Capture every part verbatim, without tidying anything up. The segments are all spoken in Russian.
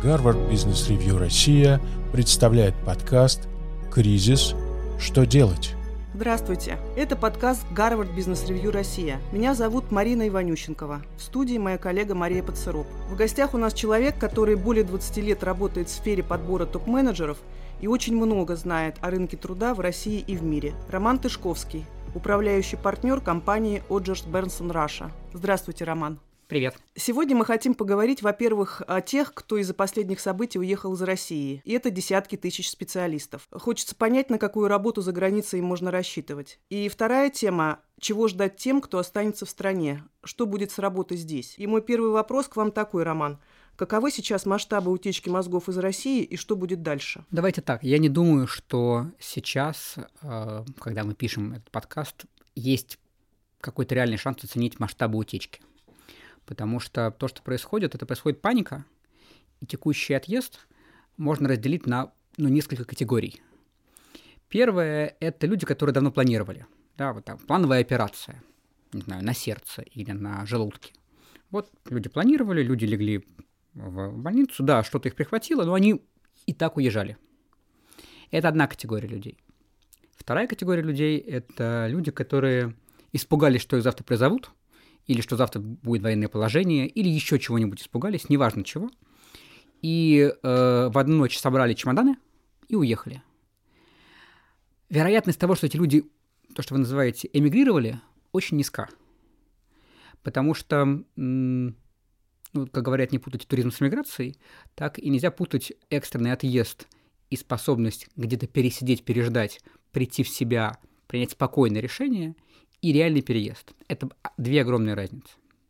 Harvard Business Review Россия представляет подкаст «Кризис. Что делать?». Здравствуйте, это подкаст Harvard Business Review Россия. Меня зовут Марина Иванющенкова. В студии моя коллега Мария Подсыроп. В гостях у нас человек, который более двадцати лет работает в сфере подбора топ-менеджеров и очень много знает о рынке труда в России и в мире. Роман Тышковский, управляющий партнер компании Оджерс Бернсон Раша. Здравствуйте, Роман. Привет. Сегодня мы хотим поговорить, во-первых, о тех, кто из-за последних событий уехал из России. И это десятки тысяч специалистов. Хочется понять, на какую работу за границей им можно рассчитывать. И вторая тема – чего ждать тем, кто останется в стране? Что будет с работой здесь? И мой первый вопрос к вам такой, Роман. Каковы сейчас масштабы утечки мозгов из России и что будет дальше? Давайте так. Я не думаю, что сейчас, когда мы пишем этот подкаст, есть какой-то реальный шанс оценить масштабы утечки. Потому что то, что происходит, это происходит паника, и текущий отъезд можно разделить на ну, несколько категорий. Первое – это люди, которые давно планировали. Да, вот там, плановая операция, не знаю, на сердце или на желудке. Вот люди планировали, люди легли в больницу, да, что-то их прихватило, но они и так уезжали. Это одна категория людей. Вторая категория людей – это люди, которые испугались, что их завтра призовут, или что завтра будет военное положение, или еще чего-нибудь испугались, неважно чего, и э, в одну ночь собрали чемоданы и уехали. Вероятность того, что эти люди, то, что вы называете, эмигрировали, очень низка. Потому что, м, ну, как говорят, не путать туризм с миграцией, так и нельзя путать экстренный отъезд и способность где-то пересидеть, переждать, прийти в себя, принять спокойное решение – и реальный переезд. Это две огромные разницы.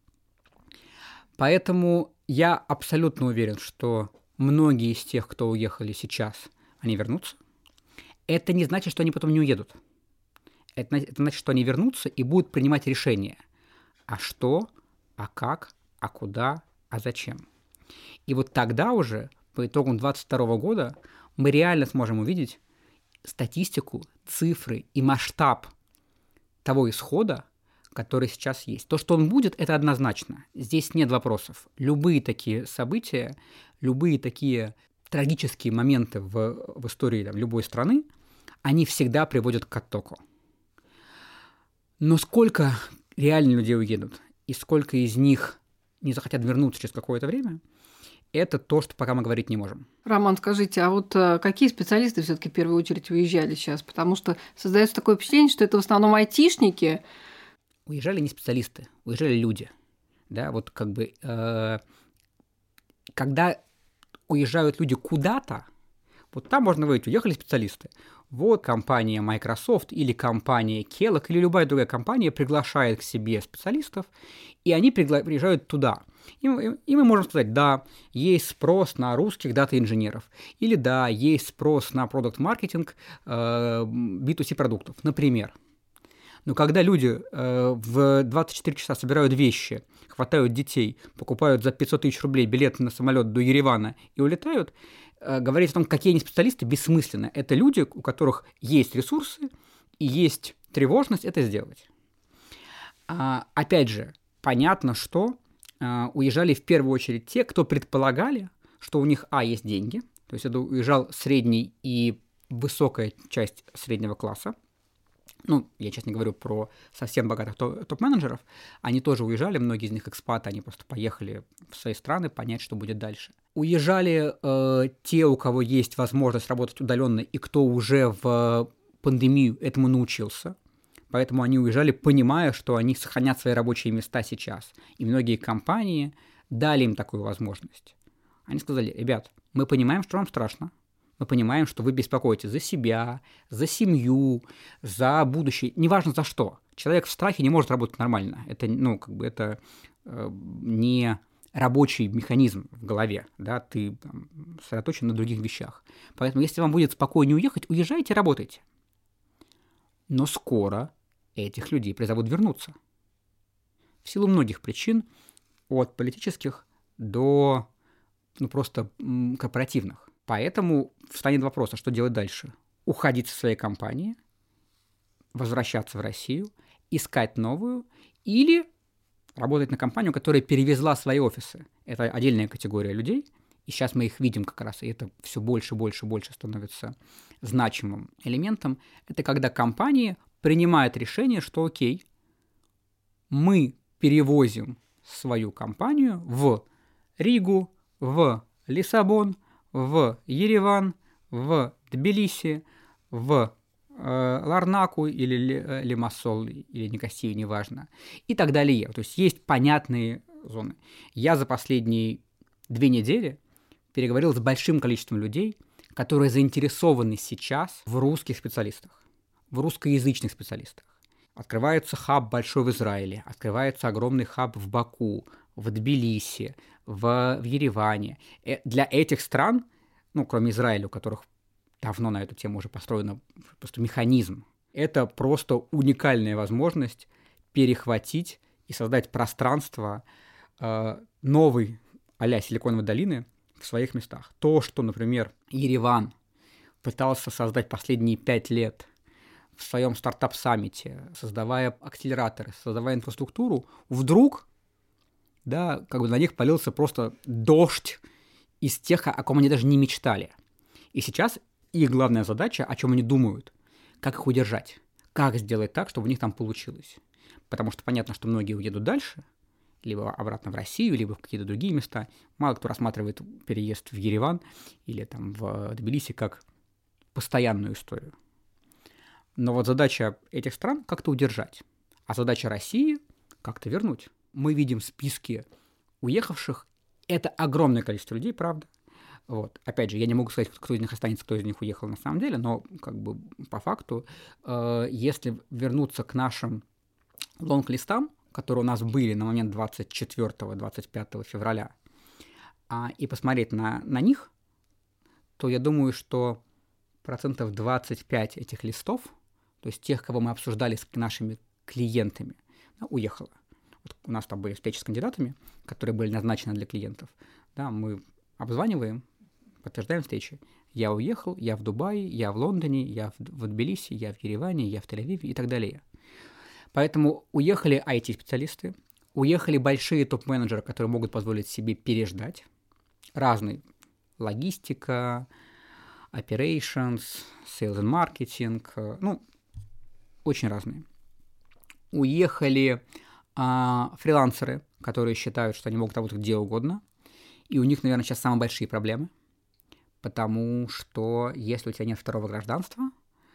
Поэтому я абсолютно уверен, что многие из тех, кто уехали сейчас, они вернутся. Это не значит, что они потом не уедут. Это, это значит, что они вернутся и будут принимать решения. А что, а как, а куда, а зачем. И вот тогда уже, по итогам двадцать второго года, мы реально сможем увидеть статистику, цифры и масштаб того исхода, который сейчас есть. То, что он будет, это однозначно. Здесь нет вопросов. Любые такие события, любые такие трагические моменты в, в истории там, любой страны, они всегда приводят к оттоку. Но сколько реально людей уедут, и сколько из них не захотят вернуться через какое-то время, это то, что пока мы говорить не можем. Роман, скажите, а вот какие специалисты все-таки в первую очередь уезжали сейчас? Потому что создается такое впечатление, что это в основном айтишники. Уезжали не специалисты, уезжали люди. Да, вот как бы, э, когда уезжают люди куда-то, вот там можно говорить, уехали специалисты. Вот компания Microsoft или компания Kellogg или любая другая компания приглашает к себе специалистов, и они пригла- приезжают туда. И, и мы можем сказать, да, есть спрос на русских дата-инженеров, или да, есть спрос на продакт-маркетинг э, би ту си продуктов, например. Но когда люди э, в двадцать четыре часа собирают вещи, хватают детей, покупают за пятьсот тысяч рублей билет на самолет до Еревана и улетают, э, говорить о том, какие они специалисты, бессмысленно. Это люди, у которых есть ресурсы и есть тревожность это сделать. А, опять же, понятно, что Uh, уезжали в первую очередь те, кто предполагали, что у них, а, есть деньги, то есть это уезжал средний и высокая часть среднего класса. Ну, я сейчас не говорю про совсем богатых топ-менеджеров, они тоже уезжали, многие из них экспаты, они просто поехали в свои страны понять, что будет дальше. Уезжали uh, те, у кого есть возможность работать удаленно и кто уже в пандемию этому научился. Поэтому они уезжали, понимая, что они сохранят свои рабочие места сейчас. И многие компании дали им такую возможность. Они сказали, ребят, мы понимаем, что вам страшно. Мы понимаем, что вы беспокоитесь за себя, за семью, за будущее. Неважно за что. Человек в страхе не может работать нормально. Это, ну, как бы это э, не рабочий механизм в голове. Да? Ты там, сосредоточен на других вещах. Поэтому, если вам будет спокойнее уехать, уезжайте, работайте. Но скоро этих людей призовут вернуться. В силу многих причин, от политических до ну, просто м, корпоративных. Поэтому встанет вопрос, а что делать дальше? Уходить со своей компании, возвращаться в Россию, искать новую или работать на компанию, которая перевезла свои офисы. Это отдельная категория людей, и сейчас мы их видим как раз, и это все больше, больше, больше становится значимым элементом, это когда компании принимают решение, что окей, мы перевозим свою компанию в Ригу, в Лиссабон, в Ереван, в Тбилиси, в э, Ларнаку или Лимассол, или Никосию, неважно, и так далее. То есть есть понятные зоны. Я за последние две недели переговорил с большим количеством людей, которые заинтересованы сейчас в русских специалистах, в русскоязычных специалистах. Открывается хаб большой в Израиле, открывается огромный хаб в Баку, в Тбилиси, в, в Ереване. Для этих стран, ну, кроме Израиля, у которых давно на эту тему уже построен просто механизм, это просто уникальная возможность перехватить и создать пространство э, новой а-ля Силиконовой долины в своих местах. То, что, например, Ереван пытался создать последние пять лет в своем стартап-саммите, создавая акселераторы, создавая инфраструктуру, вдруг, да, как бы на них полился просто дождь из тех, о ком они даже не мечтали. И сейчас их главная задача, о чем они думают, как их удержать, как сделать так, чтобы у них там получилось. Потому что понятно, что многие уедут дальше, либо обратно в Россию, либо в какие-то другие места. Мало кто рассматривает переезд в Ереван или там в Тбилиси как постоянную историю. Но вот задача этих стран – как-то удержать, а задача России – как-то вернуть. Мы видим списки уехавших. Это огромное количество людей, правда. Вот. Опять же, я не могу сказать, кто из них останется, кто из них уехал на самом деле, но как бы по факту, э, если вернуться к нашим лонг-листам, которые у нас были на момент двадцать четвёртого — двадцать пятого февраля, а, и посмотреть на, на них, то я думаю, что процентов двадцать пять этих листов, то есть тех, кого мы обсуждали с нашими клиентами, да, уехало. Вот у нас там были встречи с кандидатами, которые были назначены для клиентов. Да, мы обзваниваем, подтверждаем встречи. Я уехал, я в Дубае, я в Лондоне, я в, в Тбилиси, я в Ереване, я в Тель-Авиве и так далее. Поэтому уехали ай ти-специалисты, уехали большие топ-менеджеры, которые могут позволить себе переждать. Разные. Логистика, operations, sales and marketing, ну, очень разные. Уехали а, фрилансеры, которые считают, что они могут работать где угодно, и у них, наверное, сейчас самые большие проблемы, потому что если у тебя нет второго гражданства,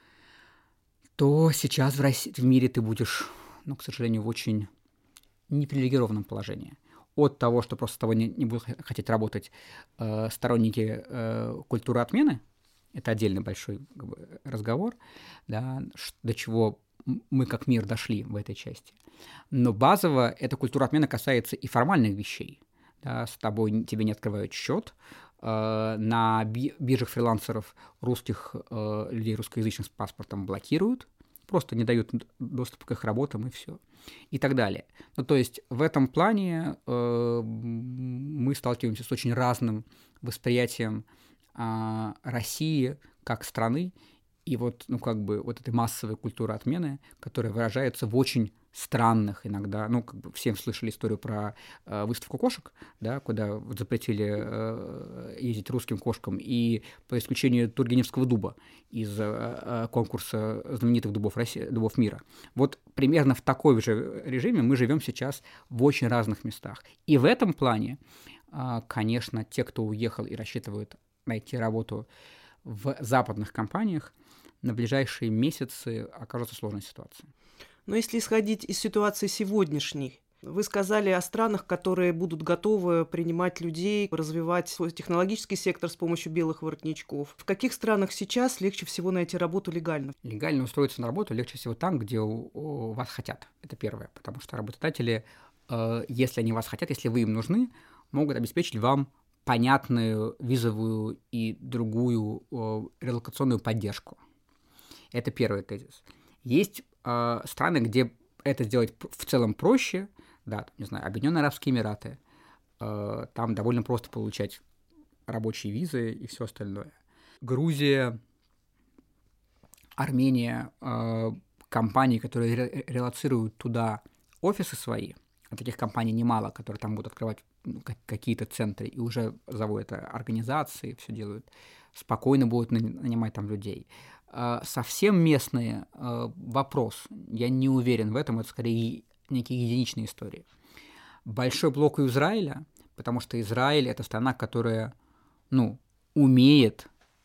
то сейчас в, России, в мире ты будешь, ну, к сожалению, в очень непривилегированном положении. От того, что просто с тобой не, не будут хотеть работать э, сторонники э, культуры отмены, это отдельный большой как бы, разговор, да, до чего мы как мир дошли в этой части. Но базово эта культура отмены касается и формальных вещей. Да, с тобой тебе не открывают счет, э, на би- биржах фрилансеров русских э, людей русскоязычных с паспортом блокируют, просто не дают доступ к их работам и все, и так далее. Ну, то есть в этом плане э, мы сталкиваемся с очень разным восприятием э, России как страны, и вот, ну, как бы вот этой массовой культуры отмены, которая выражается в очень странных иногда, ну, как бы всем слышали историю про э, выставку кошек, да, куда вот запретили э, ездить русским кошкам, и по исключению Тургеневского дуба из э, конкурса знаменитых дубов России, дубов мира. Вот примерно в такой же режиме мы живем сейчас в очень разных местах. И в этом плане, э, конечно, те, кто уехал и рассчитывают найти работу в западных компаниях, на ближайшие месяцы окажутся в сложной ситуации. Но если исходить из ситуации сегодняшней, вы сказали о странах, которые будут готовы принимать людей, развивать свой технологический сектор с помощью белых воротничков. В каких странах сейчас легче всего найти работу легально? Легально устроиться на работу легче всего там, где у, у вас хотят. Это первое. Потому что работодатели, э, если они вас хотят, если вы им нужны, могут обеспечить вам понятную визовую и другую э, релокационную поддержку. Это первый тезис. Есть э, страны, где это сделать в целом проще, да, не знаю, Объединенные Арабские Эмираты, э, там довольно просто получать рабочие визы и все остальное. Грузия, Армения, э, компании, которые ре- релоцируют туда офисы свои, а таких компаний немало, которые там будут открывать ну, какие-то центры и уже заводят организации, все делают, спокойно будут нанимать там людей. Совсем местные — вопрос. Я не уверен в этом, это скорее некие единичные истории. Большой блок у Израиля, потому что Израиль — это страна, которая, ну, умеет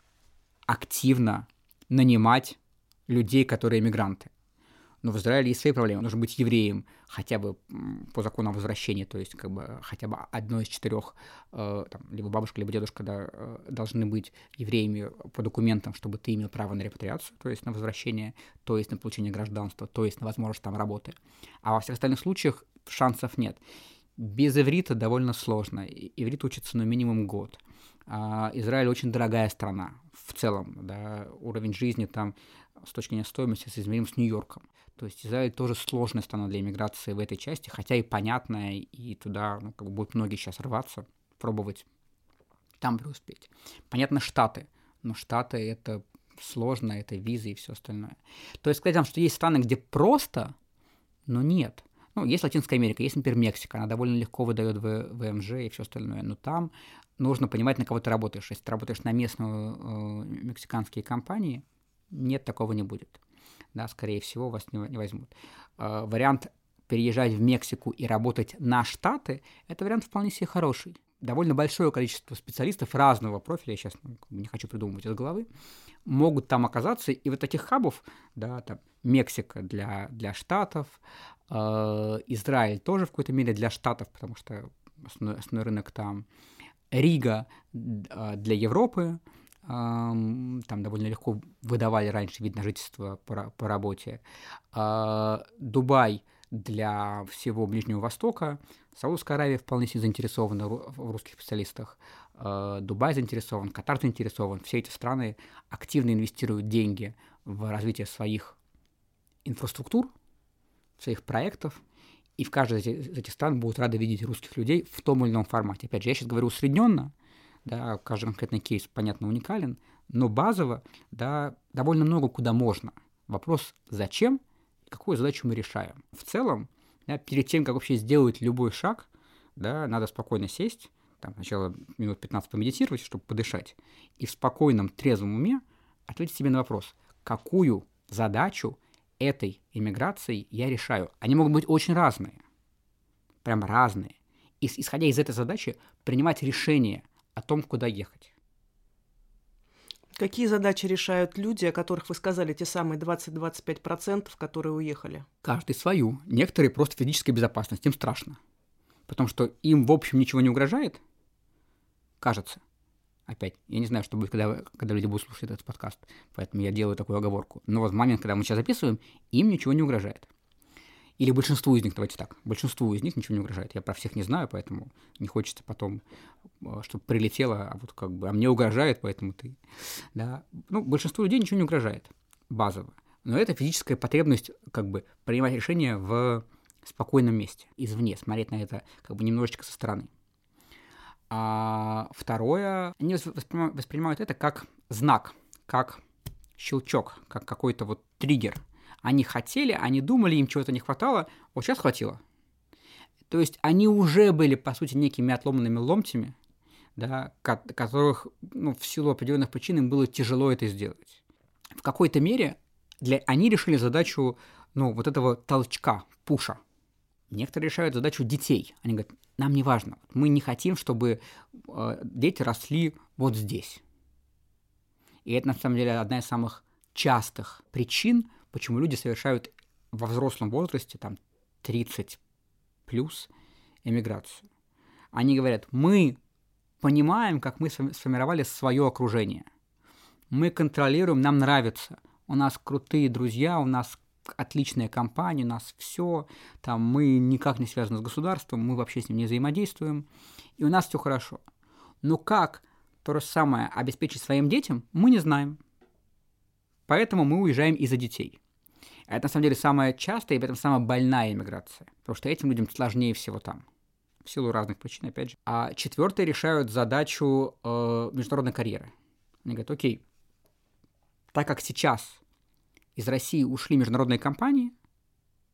активно нанимать людей, которые мигранты. Но в Израиле есть свои проблемы. Нужно быть евреем хотя бы по закону о возвращении, то есть как бы хотя бы одной из четырех, э, там, либо бабушка, либо дедушка да, э, должны быть евреями по документам, чтобы ты имел право на репатриацию, то есть на возвращение, то есть на получение гражданства, то есть на возможность там работы. А во всех остальных случаях шансов нет. Без иврита довольно сложно. Иврит учится ну минимум год. А Израиль очень дорогая страна в целом. Да, уровень жизни там с точки зрения стоимости соизмерим с Нью-Йорком. То есть Израиль тоже сложная страна для иммиграции в этой части, хотя и понятная, и туда ну, как бы будут многие сейчас рваться, пробовать там преуспеть. Понятно, Штаты, но Штаты — это сложно, это визы и все остальное. То есть сказать вам, что есть страны, где просто, но нет. Ну, есть Латинская Америка, есть, например, Мексика, она довольно легко выдает вэ эм жэ и все остальное, но там нужно понимать, на кого ты работаешь. Если ты работаешь на местную э, мексиканские компании, нет, такого не будет. Да, скорее всего, вас не, не возьмут. Э, вариант переезжать в Мексику и работать на Штаты – это вариант вполне себе хороший. Довольно большое количество специалистов разного профиля, я сейчас ну, не хочу придумывать из головы, могут там оказаться. И вот таких хабов, да, там Мексика для, для Штатов, э, Израиль тоже в какой-то мере для Штатов, потому что основной, основной рынок там, Рига э, для Европы, э, там довольно легко выдавали раньше вид на жительство по, по работе, э, Дубай для всего Ближнего Востока, Саудовская Аравия вполне себе заинтересована в русских специалистах, Дубай заинтересован, Катар заинтересован. Все эти страны активно инвестируют деньги в развитие своих инфраструктур, своих проектов, и в каждой из этих стран будут рады видеть русских людей в том или ином формате. Опять же, я сейчас говорю усредненно, да, каждый конкретный кейс, понятно, уникален, но базово, да, довольно много куда можно. Вопрос, зачем, какую задачу мы решаем. В целом, да, перед тем, как вообще сделать любой шаг, да, надо спокойно сесть, там, сначала минут пятнадцать помедитировать, чтобы подышать, и в спокойном, трезвом уме ответить себе на вопрос, какую задачу этой иммиграцией я решаю. Они могут быть очень разные, прям разные. И, исходя из этой задачи, принимать решение о том, куда ехать. Какие задачи решают люди, о которых вы сказали, те самые двадцать-двадцать пять процентов, которые уехали? Каждый свою. Некоторые просто физическая безопасность, им страшно. Потому что им, в общем, ничего не угрожает, кажется. Опять, я не знаю, что будет, когда, когда люди будут слушать этот подкаст, поэтому я делаю такую оговорку. Но вот в момент, когда мы сейчас записываем, им ничего не угрожает. Или большинству из них, давайте так, большинству из них ничего не угрожает. Я про всех не знаю, поэтому не хочется потом, чтобы прилетело, а вот как бы, а мне угрожает, поэтому ты, да. Ну, большинству людей ничего не угрожает, базово. Но это физическая потребность, как бы, принимать решения в спокойном месте, извне, смотреть на это, как бы, немножечко со стороны. А второе, они воспринимают, воспринимают это как знак, как щелчок, как какой-то вот триггер. Они хотели, они думали, им чего-то не хватало, вот сейчас хватило. То есть они уже были, по сути, некими отломанными ломтями, да, которых ну, в силу определенных причин им было тяжело это сделать. В какой-то мере для... они решили задачу ну, вот этого толчка, пуша. Некоторые решают задачу детей. Они говорят, нам не важно, мы не хотим, чтобы э, дети росли вот здесь. И это, на самом деле, одна из самых частых причин, почему люди совершают во взрослом возрасте, там, тридцать плюс, эмиграцию. Они говорят, мы понимаем, как мы сформировали свое окружение. Мы контролируем, нам нравится. У нас крутые друзья, у нас отличная компания, у нас все, там, мы никак не связаны с государством, мы вообще с ним не взаимодействуем, и у нас все хорошо. Но как то же самое обеспечить своим детям, мы не знаем. Поэтому мы уезжаем из-за детей. Это, на самом деле, самая частая и при этом самая больная иммиграция, потому что этим людям сложнее всего там, в силу разных причин, опять же. А четвертые решают задачу э, международной карьеры. Они говорят, окей, так как сейчас из России ушли международные компании,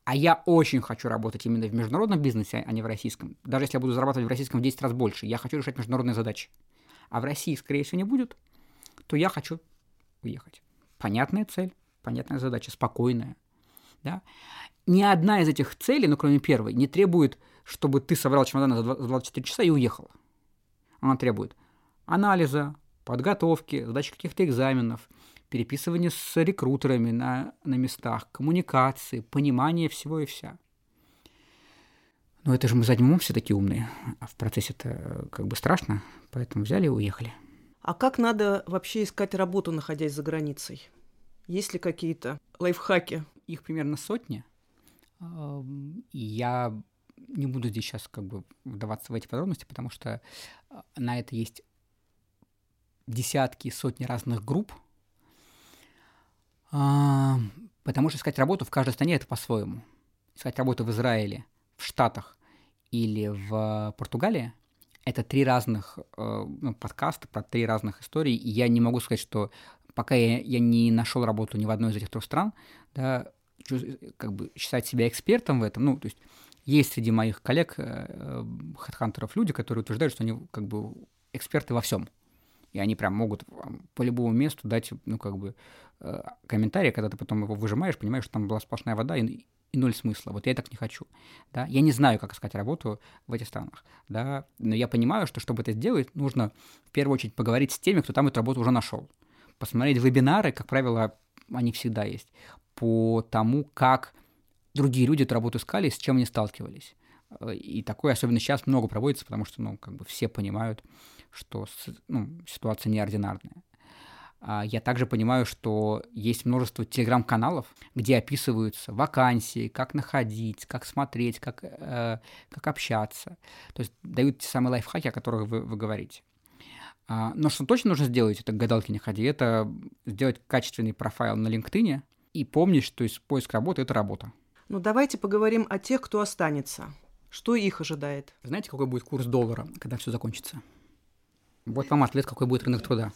а я очень хочу работать именно в международном бизнесе, а не в российском. Даже если я буду зарабатывать в российском в десять раз больше, я хочу решать международные задачи. А в России, скорее всего, не будет, то я хочу уехать. Понятная цель, понятная задача, спокойная. Да? Ни одна из этих целей, ну, кроме первой, не требует, чтобы ты собрал чемодан за двадцать четыре часа и уехал. Она требует анализа, подготовки, сдачи каких-то экзаменов, переписывания с рекрутерами на, на местах, коммуникации, понимания всего и вся. Но это же мы задним умом все такие умные, а в процессе это как бы страшно, поэтому взяли и уехали. А как надо вообще искать работу, находясь за границей? Есть ли какие-то лайфхаки? Их примерно сотня. И я не буду здесь сейчас как бы вдаваться в эти подробности, потому что на это есть десятки, сотни разных групп, потому что искать работу в каждой стране это по-своему. Искать работу в Израиле, в Штатах или в Португалии — это три разных ну, подкаста про три разных истории, и я не могу сказать, что пока я, я не нашел работу ни в одной из этих трех стран, да, как бы считать себя экспертом в этом, ну, то есть есть среди моих коллег, хедхантеров, люди, которые утверждают, что они как бы эксперты во всем. И они прям могут по любому месту дать, ну, как бы, комментарий, когда ты потом его выжимаешь, понимаешь, что там была сплошная вода и, и ноль смысла. Вот я так не хочу. Да? Я не знаю, как искать работу в этих странах. Да? Но я понимаю, что, чтобы это сделать, нужно в первую очередь поговорить с теми, кто там эту работу уже нашел. Посмотреть вебинары, как правило, они всегда есть, по тому, как другие люди эту работу искали, с чем они сталкивались. И такое, особенно сейчас, много проводится, потому что, ну, как бы все понимают, что, ну, ситуация неординарная. Я также понимаю, что есть множество телеграм-каналов, где описываются вакансии, как находить, как смотреть, как, э, как общаться. То есть дают те самые лайфхаки, о которых вы, вы говорите. Но что точно нужно сделать, это к гадалке не ходи, это сделать качественный профайл на LinkedIn и помнить, что поиск работы – это работа. Ну, давайте поговорим о тех, кто останется. Что их ожидает? Знаете, какой будет курс доллара, когда все закончится? Вот вам ответ, какой будет рынок труда.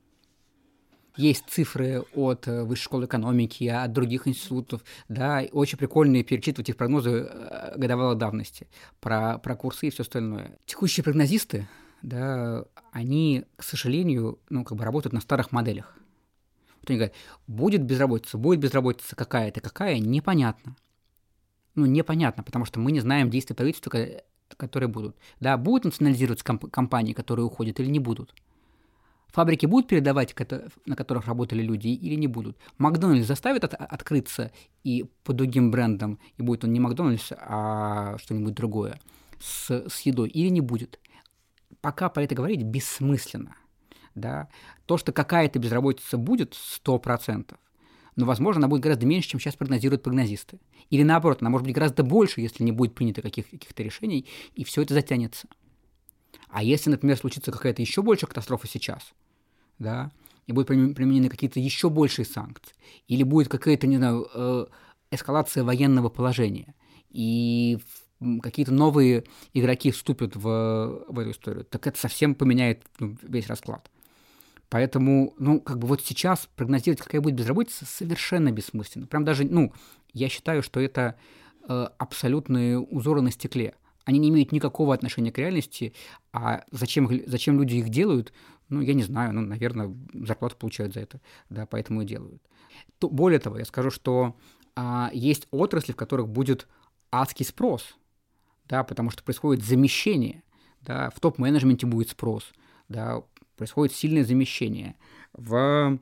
Есть цифры от Высшей школы экономики, от других институтов, да, очень прикольные перечитывать их прогнозы годовой давности про, про курсы и все остальное. Текущие прогнозисты, да, они, к сожалению, ну, как бы работают на старых моделях. Вот они говорят, будет безработица, будет безработица какая-то, какая, непонятно. Ну, непонятно, потому что мы не знаем действия правительства, которые будут. Да, будут национализироваться комп- компании, которые уходят, или не будут? Фабрики будут передавать, на которых работали люди, или не будут? Макдональдс заставит от- открыться и по другим брендам, и будет он не Макдональдс, а что-нибудь другое, с, с едой, или не будет? Пока про это говорить бессмысленно. Да? То, что какая-то безработица будет, сто процентов, но, возможно, она будет гораздо меньше, чем сейчас прогнозируют прогнозисты. Или наоборот, она может быть гораздо больше, если не будет принято каких- каких-то решений, и все это затянется. А если, например, случится какая-то еще большая катастрофа сейчас, да, и будут применены какие-то еще большие санкции, или будет какая-то, не знаю, э, эскалация военного положения, и какие-то новые игроки вступят в, в эту историю, так это совсем поменяет, ну, весь расклад. Поэтому, ну, как бы вот сейчас прогнозировать, какая будет безработица, совершенно бессмысленно. Прям даже, ну, я считаю, что это э, абсолютные узоры на стекле. Они не имеют никакого отношения к реальности, а зачем, зачем люди их делают, ну, я не знаю, ну, наверное, зарплату получают за это, да, поэтому и делают. То, более того, я скажу, что а, есть отрасли, в которых будет адский спрос, да, потому что происходит замещение, да, в топ-менеджменте будет спрос, да, происходит сильное замещение. В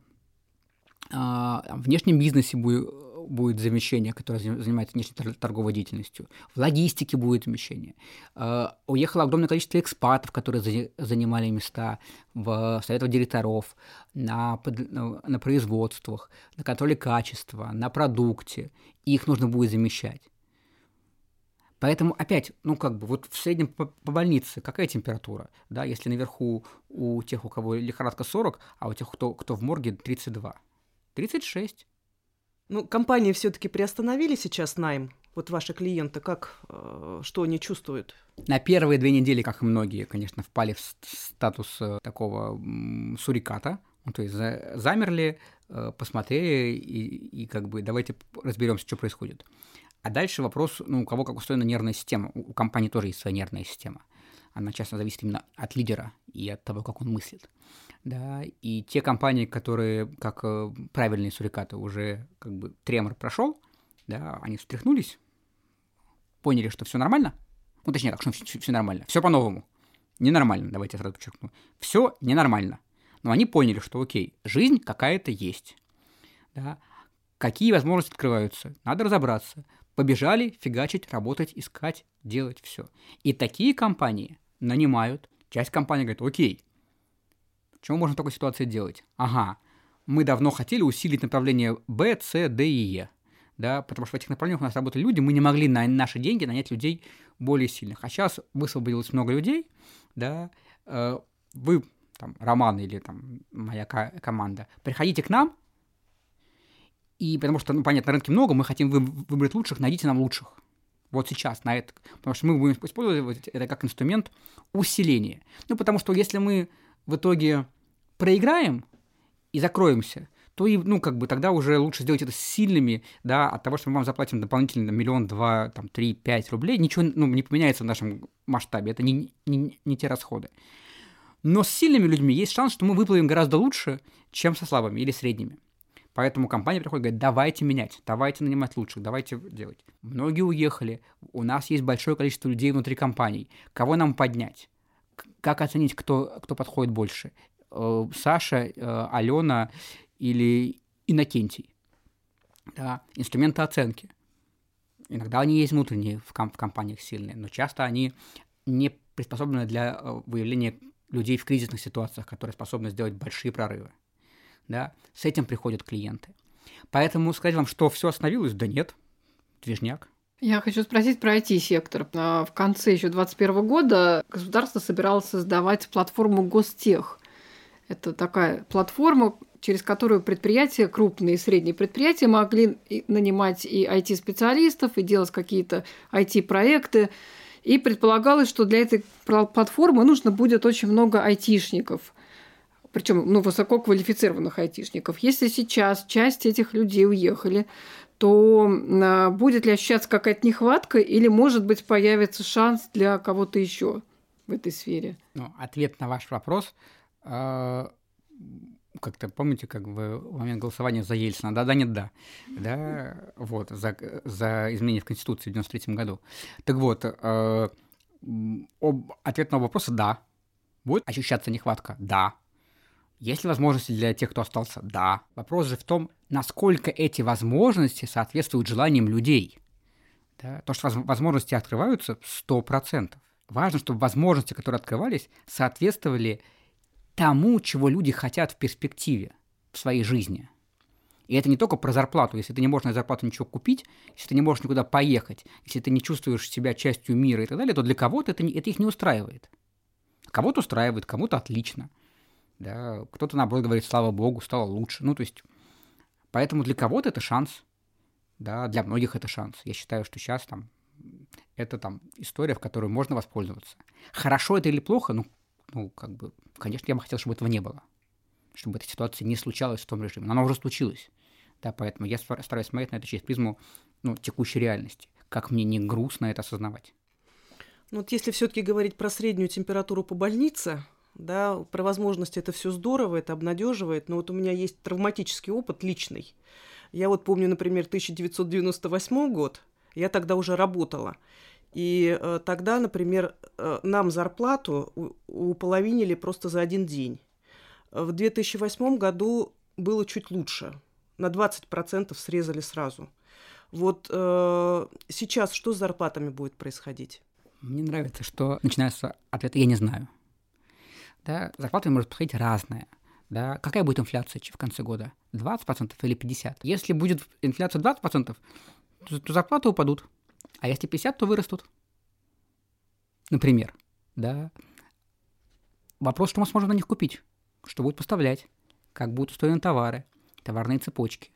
э, внешнем бизнесе будет, будет замещение, которое занимается внешней торговой деятельностью. В логистике будет замещение. Э, уехало огромное количество экспатов, которые за, занимали места в советах директоров, на, на производствах, на контроле качества, на продукте. И их нужно будет замещать. Поэтому опять, ну как бы, вот в среднем по, по больнице какая температура, да, если наверху у тех, у кого лихорадка сорок, а у тех, кто, кто в морге тридцать два, тридцать шесть. Ну, компании все-таки приостановили сейчас найм. Вот ваши клиенты, как, э, что они чувствуют? На первые две недели, как и многие, конечно, впали в статус такого м, суриката, ну, то есть за, замерли, э, посмотрели и, и как бы давайте разберемся, что происходит. А дальше вопрос, ну, у кого как устроена нервная система. У компании тоже есть своя нервная система. Она часто зависит именно от лидера и от того, как он мыслит. Да? И те компании, которые, как э, правильные сурикаты, уже как бы тремор прошел, да, они встряхнулись, поняли, что все нормально. Ну, точнее, как, что все, все нормально. Все по-новому. Ненормально, давайте я сразу подчеркну. Все ненормально. Но они поняли, что окей, жизнь какая-то есть. Да? Какие возможности открываются? Надо разобраться. Побежали фигачить, работать, искать, делать все. И такие компании нанимают. Часть компаний говорит, окей, что мы можем в такой ситуации делать? Ага, мы давно хотели усилить направление Б, С, Д и Е. Да, потому что в этих направлениях у нас работали люди, мы не могли на наши деньги нанять людей более сильных. А сейчас высвободилось много людей, да, э, вы, там, Роман или там, моя ко- команда, приходите к нам, и потому что, ну, понятно, на рынке много, мы хотим вы- выбрать лучших, найдите нам лучших. Вот сейчас на это. Потому что мы будем использовать это как инструмент усиления. Ну, потому что если мы в итоге проиграем и закроемся, то и, ну, как бы тогда уже лучше сделать это с сильными, да, от того, что мы вам заплатим дополнительно миллион, два, там, три, пять рублей, ничего, ну, не поменяется в нашем масштабе, это не, не, не те расходы. Но с сильными людьми есть шанс, что мы выплывем гораздо лучше, чем со слабыми или средними. Поэтому компания приходит и говорит, давайте менять, давайте нанимать лучших, давайте делать. Многие уехали, у нас есть большое количество людей внутри компаний. Кого нам поднять? Как оценить, кто, кто подходит больше? Саша, Алена или Иннокентий? Да. Инструменты оценки. Иногда они есть внутренние в, ком- в компаниях сильные, но часто они не приспособлены для выявления людей в кризисных ситуациях, которые способны сделать большие прорывы. Да, с этим приходят клиенты. Поэтому сказать вам, что все остановилось, да нет, движняк. Я хочу спросить про ай ти-сектор. В конце еще двадцать первого года государство собиралось создавать платформу Гостех. Это такая платформа, через которую предприятия, крупные и средние предприятия, могли нанимать и ай ти-специалистов, и делать какие-то ай ти-проекты. И предполагалось, что для этой платформы нужно будет очень много айтишников. Причем, ну, высококвалифицированных айтишников. Если сейчас часть этих людей уехали, то а, будет ли ощущаться какая-то нехватка или, может быть, появится шанс для кого-то еще в этой сфере? Ну, ответ на ваш вопрос, э, как-то помните, как вы в момент голосования за Ельцина, да, да, нет, да, да, вот, за, за изменения в Конституции в девяносто третьем году. Так вот, э, об, ответ на вопрос – да. Будет ощущаться нехватка? Да. Есть ли возможности для тех, кто остался? Да. Вопрос же в том, насколько эти возможности соответствуют желаниям людей. Да? То, что возможности открываются, сто процентов. Важно, чтобы возможности, которые открывались, соответствовали тому, чего люди хотят в перспективе, в своей жизни. И это не только про зарплату. Если ты не можешь на зарплату ничего купить, если ты не можешь никуда поехать, если ты не чувствуешь себя частью мира и так далее, то для кого-то это, это их не устраивает. Кого-то устраивает, кому-то отлично. Да, кто-то, наоборот, говорит, слава богу, стало лучше. Ну, то есть, поэтому для кого-то это шанс, да, для многих это шанс. Я считаю, что сейчас там, это там история, в которой можно воспользоваться. Хорошо это или плохо? Ну, ну, как бы, конечно, я бы хотел, чтобы этого не было. Чтобы эта ситуация не случалась в том режиме. Но она уже случилась. Да, поэтому я стараюсь смотреть на это через призму, ну, текущей реальности. Как мне не грустно это осознавать. Ну, вот если все-таки говорить про среднюю температуру по больнице, да, про возможности это все здорово, это обнадеживает, но вот у меня есть травматический опыт личный. Я вот помню, например, тысяча девятьсот девяносто восьмой год, я тогда уже работала. И э, тогда, например, э, нам зарплату у- уполовинили просто за один день. В две тысячи восьмом году было чуть лучше. На двадцать процентов срезали сразу. Вот э, сейчас что с зарплатами будет происходить? Мне нравится, что начинается ответ «я не знаю». Да, зарплата может подходить разная. Да. Какая будет инфляция в конце года? двадцать процентов или пятьдесят процентов? Если будет инфляция двадцать процентов, то, то зарплаты упадут. А если пятьдесят процентов, то вырастут. Например. Да. Вопрос, что мы сможем на них купить, что будет поставлять, как будут устроены товары, товарные цепочки.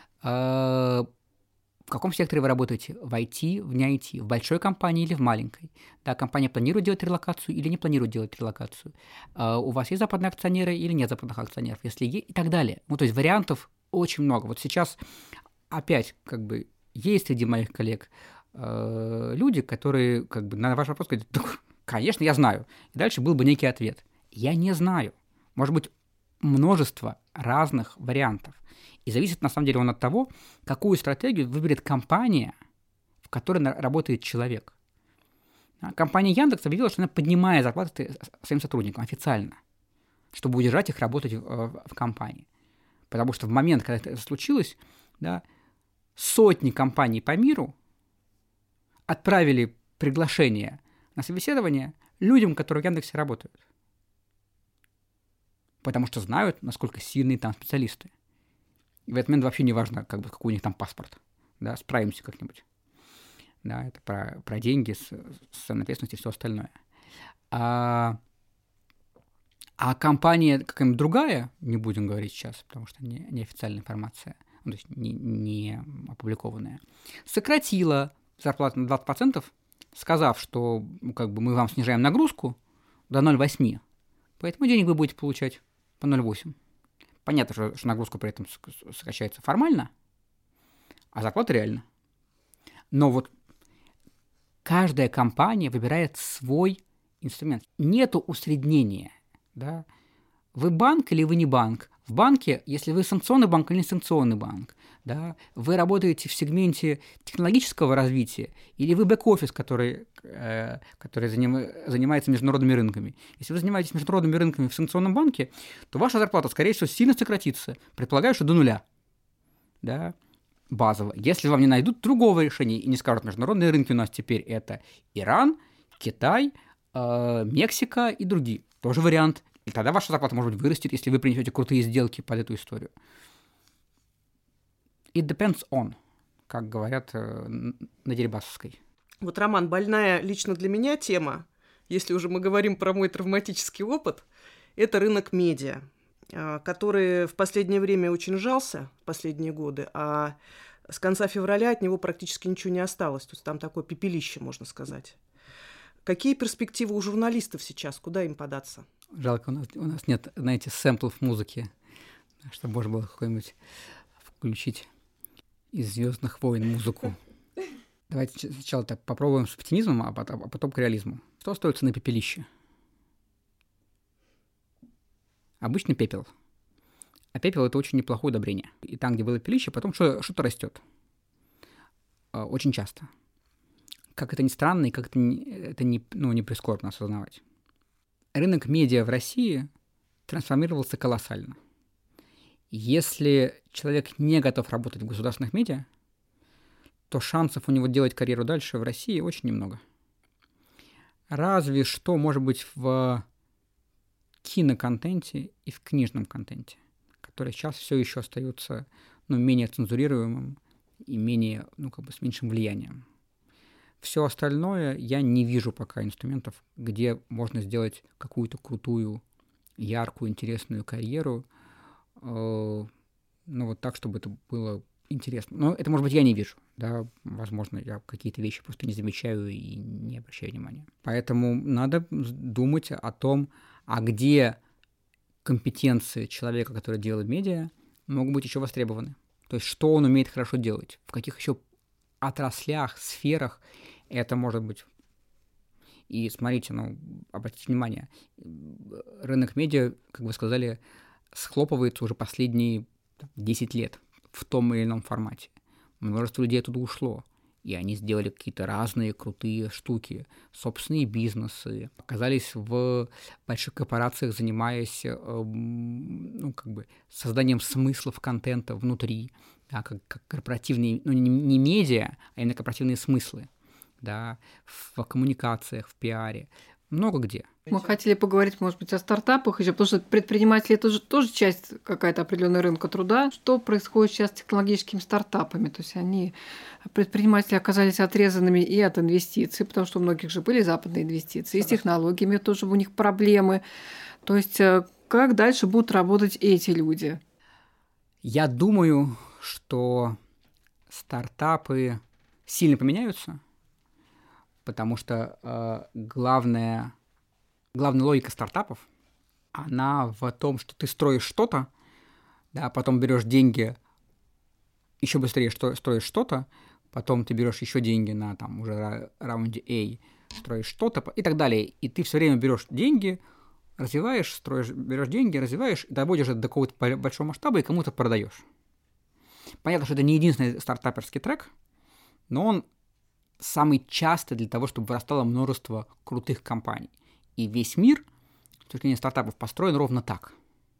В каком секторе вы работаете? В ай ти, в не ай ти, в большой компании или в маленькой? Да, компания планирует делать релокацию или не планирует делать релокацию? Uh, у вас есть западные акционеры или нет западных акционеров? Если есть, и так далее. Ну, то есть вариантов очень много. Вот сейчас опять как бы есть среди моих коллег э, люди, которые как бы на ваш вопрос говорят: конечно, я знаю. И дальше был бы некий ответ. Я не знаю. Может быть, множество разных вариантов. И зависит, на самом деле, он от того, какую стратегию выберет компания, в которой работает человек. Компания Яндекс объявила, что она поднимает зарплаты своим сотрудникам официально, чтобы удержать их работать в, в компании. Потому что в момент, когда это случилось, да, сотни компаний по миру отправили приглашение на собеседование людям, которые в Яндексе работают. Потому что знают, насколько сильные там специалисты. И в этот момент вообще не важно, как бы, какой у них там паспорт. Да, справимся как-нибудь. Да, это про, про деньги, социальную ответственность и все остальное. А, а компания какая-нибудь другая, не будем говорить сейчас, потому что не, не официальная информация, ну, то есть не, не опубликованная, сократила зарплату на двадцать процентов, сказав, что ну, как бы мы вам снижаем нагрузку до ноль целых восемь десятых, поэтому денег вы будете получать по ноль целых восемь десятых. Понятно, что, что нагрузка при этом сокращается формально, а зарплата реально. Но вот каждая компания выбирает свой инструмент. Нету усреднения. Да? Вы банк или вы не банк? В банке, если вы санкционный банк или не санкционный банк, да, вы работаете в сегменте технологического развития, или вы бэк-офис, который, э, который заним, занимается международными рынками. Если вы занимаетесь международными рынками в санкционном банке, то ваша зарплата, скорее всего, сильно сократится. Предполагаю, что до нуля. Да? Базово. Если вам не найдут другого решения и не скажут, международные рынки у нас теперь это Иран, Китай, э, Мексика и другие. Тоже вариант. И тогда ваша зарплата, может быть, вырастет, если вы принесете крутые сделки под эту историю. It depends on, как говорят э, на Дерибасовской. Вот, Роман, больная лично для меня тема, если уже мы говорим про мой травматический опыт, это рынок медиа, который в последнее время очень сжался, последние годы, а с конца февраля от него практически ничего не осталось. То есть там такое пепелище, можно сказать. Какие перспективы у журналистов сейчас? Куда им податься? Жалко, у нас, у нас нет, знаете, сэмплов музыки, чтобы можно было какой-нибудь включить из «Звездных войн» музыку. Давайте сначала так попробуем с оптимизмом, а потом, а потом к реализму. Что остается на пепелище? Обычный пепел. А пепел – это очень неплохое удобрение. И там, где было пепелище, потом что-то растет. Очень часто. Как это ни странно, и как это не, это не, ну, не прискорбно осознавать. Рынок медиа в России трансформировался колоссально. Если человек не готов работать в государственных медиа, то шансов у него делать карьеру дальше в России очень немного. Разве что, может быть, в киноконтенте и в книжном контенте, который сейчас все еще остается, ну, менее цензурируемым и менее, ну, как бы с меньшим влиянием. Все остальное я не вижу пока инструментов, где можно сделать какую-то крутую, яркую, интересную карьеру, э, ну, вот так, чтобы это было интересно. Но это, может быть, я не вижу, да, возможно, я какие-то вещи просто не замечаю и не обращаю внимания. Поэтому надо думать о том, а где компетенции человека, который делает медиа, могут быть еще востребованы. То есть, что он умеет хорошо делать, в каких еще отраслях, сферах это может быть. И смотрите, ну, обратите внимание, рынок медиа, как вы сказали, схлопывается уже последние десять лет в том или ином формате. Множество людей оттуда ушло, и они сделали какие-то разные крутые штуки, собственные бизнесы, оказались в больших корпорациях, занимаясь э, ну, как бы созданием смыслов контента внутри, да, как, как корпоративные, ну, не, не медиа, а именно корпоративные смыслы, да, в коммуникациях, в пиаре, много где. Мы хотели поговорить, может быть, о стартапах еще, потому что предприниматели – это же тоже часть какая-то определенная рынка труда. Что происходит сейчас с технологическими стартапами? То есть они, предприниматели, оказались отрезанными и от инвестиций, потому что у многих же были западные инвестиции, и с технологиями тоже у них проблемы. То есть как дальше будут работать эти люди? Я думаю, что стартапы сильно поменяются, потому что э, главная, главная логика стартапов, она в том, что ты строишь что-то, да, потом берешь деньги, еще быстрее что, строишь что-то, потом ты берешь еще деньги на там уже раунде A, строишь что-то и так далее. И ты все время берешь деньги, развиваешь, строишь, берешь деньги, развиваешь, доводишь это до какого-то большого масштаба и кому-то продаешь. Понятно, что это не единственный стартаперский трек, но он самый частый для того, чтобы вырастало множество крутых компаний. И весь мир, с точки зрения стартапов, построен ровно так.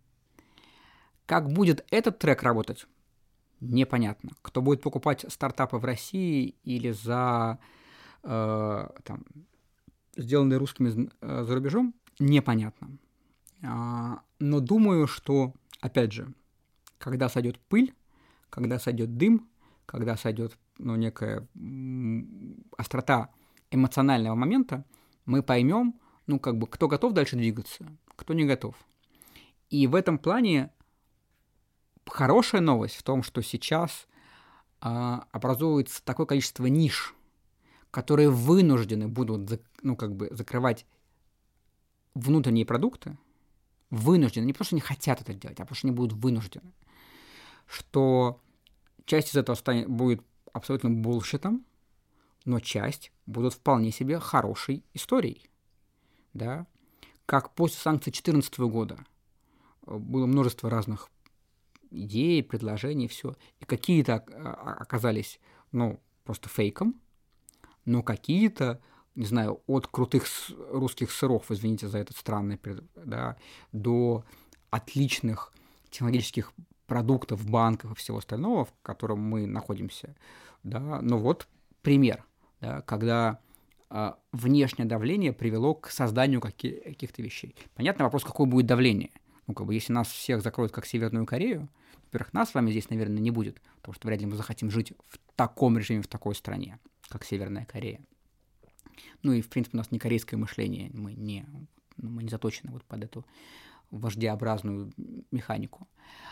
Как будет этот трек работать, непонятно. Кто будет покупать стартапы в России или за э, там, сделанные русскими э, за рубежом, непонятно. А, но думаю, что, опять же, когда сойдет пыль, когда сойдет дым, когда сойдет ну, некая м, острота эмоционального момента, мы поймем, ну, как бы, кто готов дальше двигаться, кто не готов. И в этом плане хорошая новость в том, что сейчас а, образуется такое количество ниш, которые вынуждены будут ну, как бы закрывать внутренние продукты, вынуждены, не потому что они хотят это делать, а потому что они будут вынуждены, что часть из этого станет, будет абсолютно булшитом, но часть будут вполне себе хорошей историей. Да? Как после санкций две тысячи четырнадцатого года было множество разных идей, предложений, все. И какие-то оказались, ну, просто фейком, но какие-то, не знаю, от крутых русских сыров, извините за этот странный, да, до отличных технологических продуктов, банков и всего остального, в котором мы находимся. Да. Но вот пример, да, когда а, внешнее давление привело к созданию каких- каких-то вещей. Понятно вопрос, какое будет давление. Ну, как бы, если нас всех закроют, как Северную Корею, во-первых, нас с вами здесь, наверное, не будет, потому что вряд ли мы захотим жить в таком режиме, в такой стране, как Северная Корея. Ну и, в принципе, у нас не корейское мышление, мы не, мы не заточены вот под эту вождеобразную механику.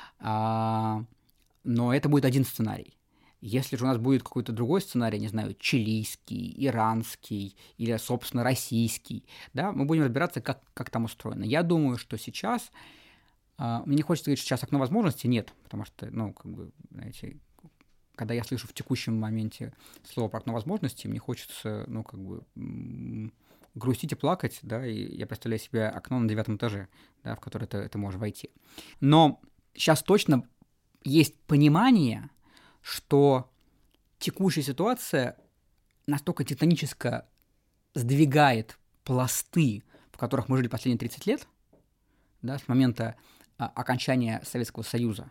А, но это будет один сценарий. Если же у нас будет какой-то другой сценарий, не знаю, чилийский, иранский или, собственно, российский, да, мы будем разбираться, как, как там устроено. Я думаю, что сейчас, а, мне не хочется говорить, что сейчас окно возможностей, нет, потому что, ну, как бы, знаете, когда я слышу в текущем моменте слово про окно возможностей, мне хочется, ну, как бы, м- грустить и плакать, да, и я представляю себе окно на девятом этаже, да, в которое ты, ты можешь войти. Но сейчас точно есть понимание, что текущая ситуация настолько титанически сдвигает пласты, в которых мы жили последние тридцать лет, да, с момента а, окончания Советского Союза,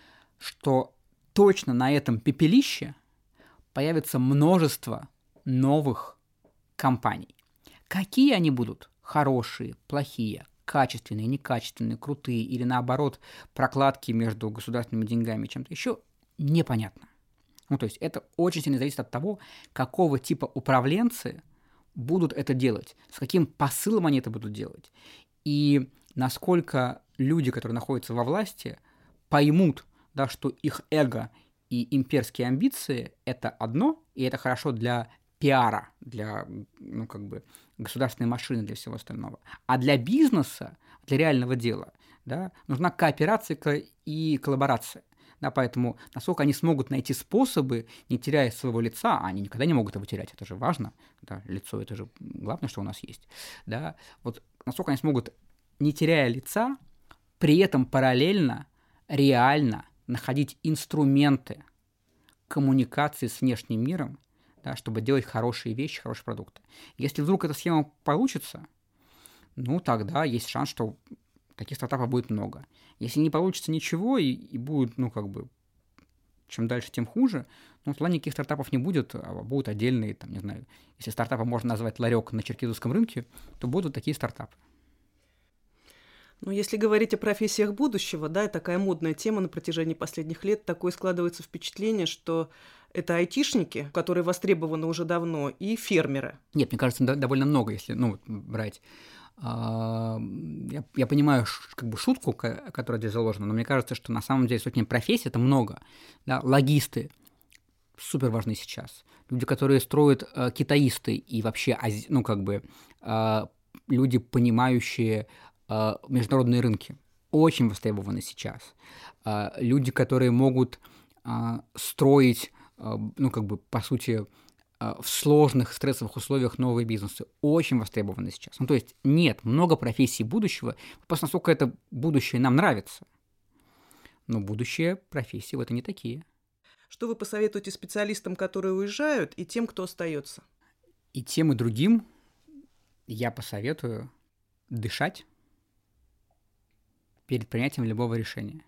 что точно на этом пепелище появится множество новых компаний. Какие они будут? Хорошие, плохие, качественные, некачественные, крутые или, наоборот, прокладки между государственными деньгами и чем-то еще, непонятно. Ну, то есть это очень сильно зависит от того, какого типа управленцы будут это делать, с каким посылом они это будут делать, и насколько люди, которые находятся во власти, поймут, да, что их эго и имперские амбиции – это одно, и это хорошо для пиара, для, ну, как бы, государственной машины, для всего остального. А для бизнеса, для реального дела, да, нужна кооперация и коллаборация. Да, поэтому насколько они смогут найти способы, не теряя своего лица, а они никогда не могут его терять, это же важно, да, лицо – это же главное, что у нас есть. Да, вот насколько они смогут, не теряя лица, при этом параллельно, реально находить инструменты коммуникации с внешним миром, да, чтобы делать хорошие вещи, хорошие продукты. Если вдруг эта схема получится, ну, тогда есть шанс, что таких стартапов будет много. Если не получится ничего и, и будет, ну, как бы, чем дальше, тем хуже, ну, в плане каких стартапов не будет, а будут отдельные, там, не знаю, если стартапом можно назвать ларек на черкизовском рынке, то будут такие стартапы. Ну, если говорить о профессиях будущего, да, такая модная тема на протяжении последних лет, такое складывается впечатление, что это айтишники, которые востребованы уже давно, и фермеры. Нет, мне кажется, довольно много, если, ну, брать. Я, я понимаю как бы шутку, которая здесь заложена, но мне кажется, что на самом деле сотни профессий – это много. Да? Логисты супер важны сейчас. Люди, которые строят э, китаисты и вообще, ну, как бы, э, люди, понимающие э, международные рынки, очень востребованы сейчас. Э, люди, которые могут э, строить ну, как бы, по сути, в сложных стрессовых условиях новые бизнесы очень востребованы сейчас. Ну, то есть нет, много профессий будущего, просто насколько это будущее нам нравится. Но будущее профессии вот они такие. Что вы посоветуете специалистам, которые уезжают, и тем, кто остается? И тем, и другим я посоветую дышать перед принятием любого решения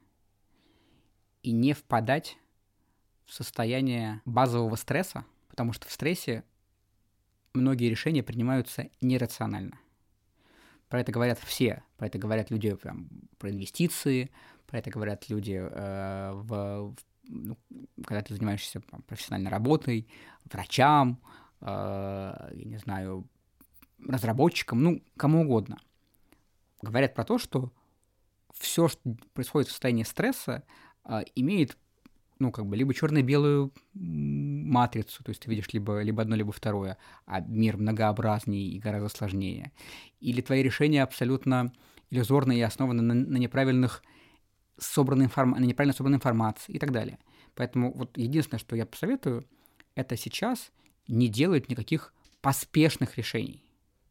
и не впадать в состояние базового стресса, потому что в стрессе многие решения принимаются нерационально. Про это говорят все. Про это говорят люди прям, про инвестиции, про это говорят люди, э, в, в, ну, когда ты занимаешься там, профессиональной работой, врачам, э, я не знаю, разработчикам, ну, кому угодно. Говорят про то, что все, что происходит в состоянии стресса, э, имеет, ну, как бы, либо черно-белую матрицу, то есть ты видишь либо, либо одно, либо второе, а мир многообразнее и гораздо сложнее. Или твои решения абсолютно иллюзорные и основаны на, на неправильных собранной информ... на неправильно собранной информации и так далее. Поэтому вот единственное, что я посоветую, это сейчас не делать никаких поспешных решений.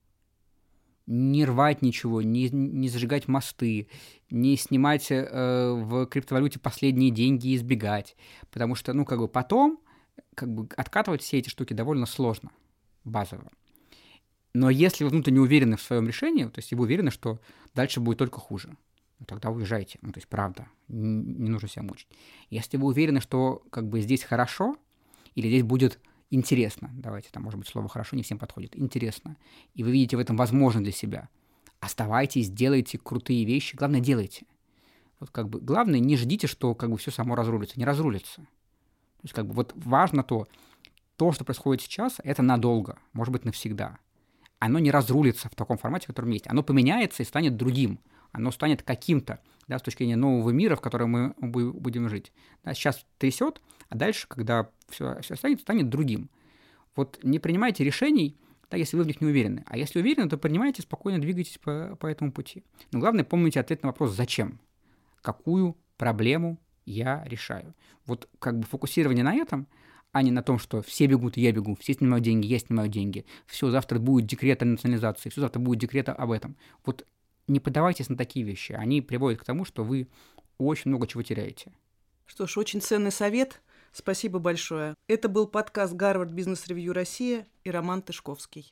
Не рвать ничего, не, не зажигать мосты, не снимать э, в криптовалюте последние деньги и избегать. Потому что, ну, как бы потом как бы откатывать все эти штуки довольно сложно, базово. Но если вы внутренне уверены в своем решении, то есть вы уверены, что дальше будет только хуже, ну, тогда уезжайте. Ну, то есть, правда, не, не нужно себя мучить. Если вы уверены, что как бы здесь хорошо, или здесь будет интересно, давайте, там, может быть, слово «хорошо» не всем подходит, интересно, и вы видите в этом возможность для себя, оставайтесь, делайте крутые вещи, главное, делайте. Вот как бы главное, не ждите, что как бы все само разрулится, не разрулится. То есть как бы вот важно то, то, что происходит сейчас, это надолго, может быть, навсегда. Оно не разрулится в таком формате, в котором есть. Оно поменяется и станет другим. Оно станет каким-то, да, с точки зрения нового мира, в котором мы будем жить. Да, сейчас трясет, а дальше, когда все, все станет, станет другим. Вот не принимайте решений, да, если вы в них не уверены. А если уверены, то принимайте, спокойно двигайтесь по, по этому пути. Но главное, помните ответ на вопрос «Зачем?». Какую проблему я решаю? Вот как бы фокусирование на этом, а не на том, что все бегут, и я бегу, все снимают деньги, я снимаю деньги, все, завтра будет декрет о национализации, все, завтра будет декрет об этом. Вот не поддавайтесь на такие вещи. Они приводят к тому, что вы очень много чего теряете. Что ж, очень ценный совет. Спасибо большое. Это был подкаст Гарвард Бизнес Ревью Россия и Роман Тышковский.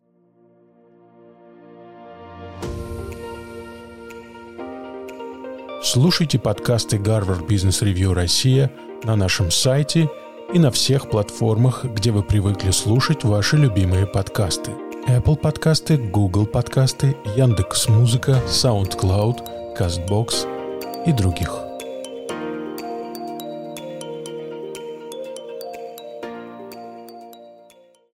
Слушайте подкасты Гарвард Бизнес Ревью Россия на нашем сайте и на всех платформах, где вы привыкли слушать ваши любимые подкасты. Apple подкасты, Google подкасты, Яндекс.Музыка, SoundCloud, CastBox и других.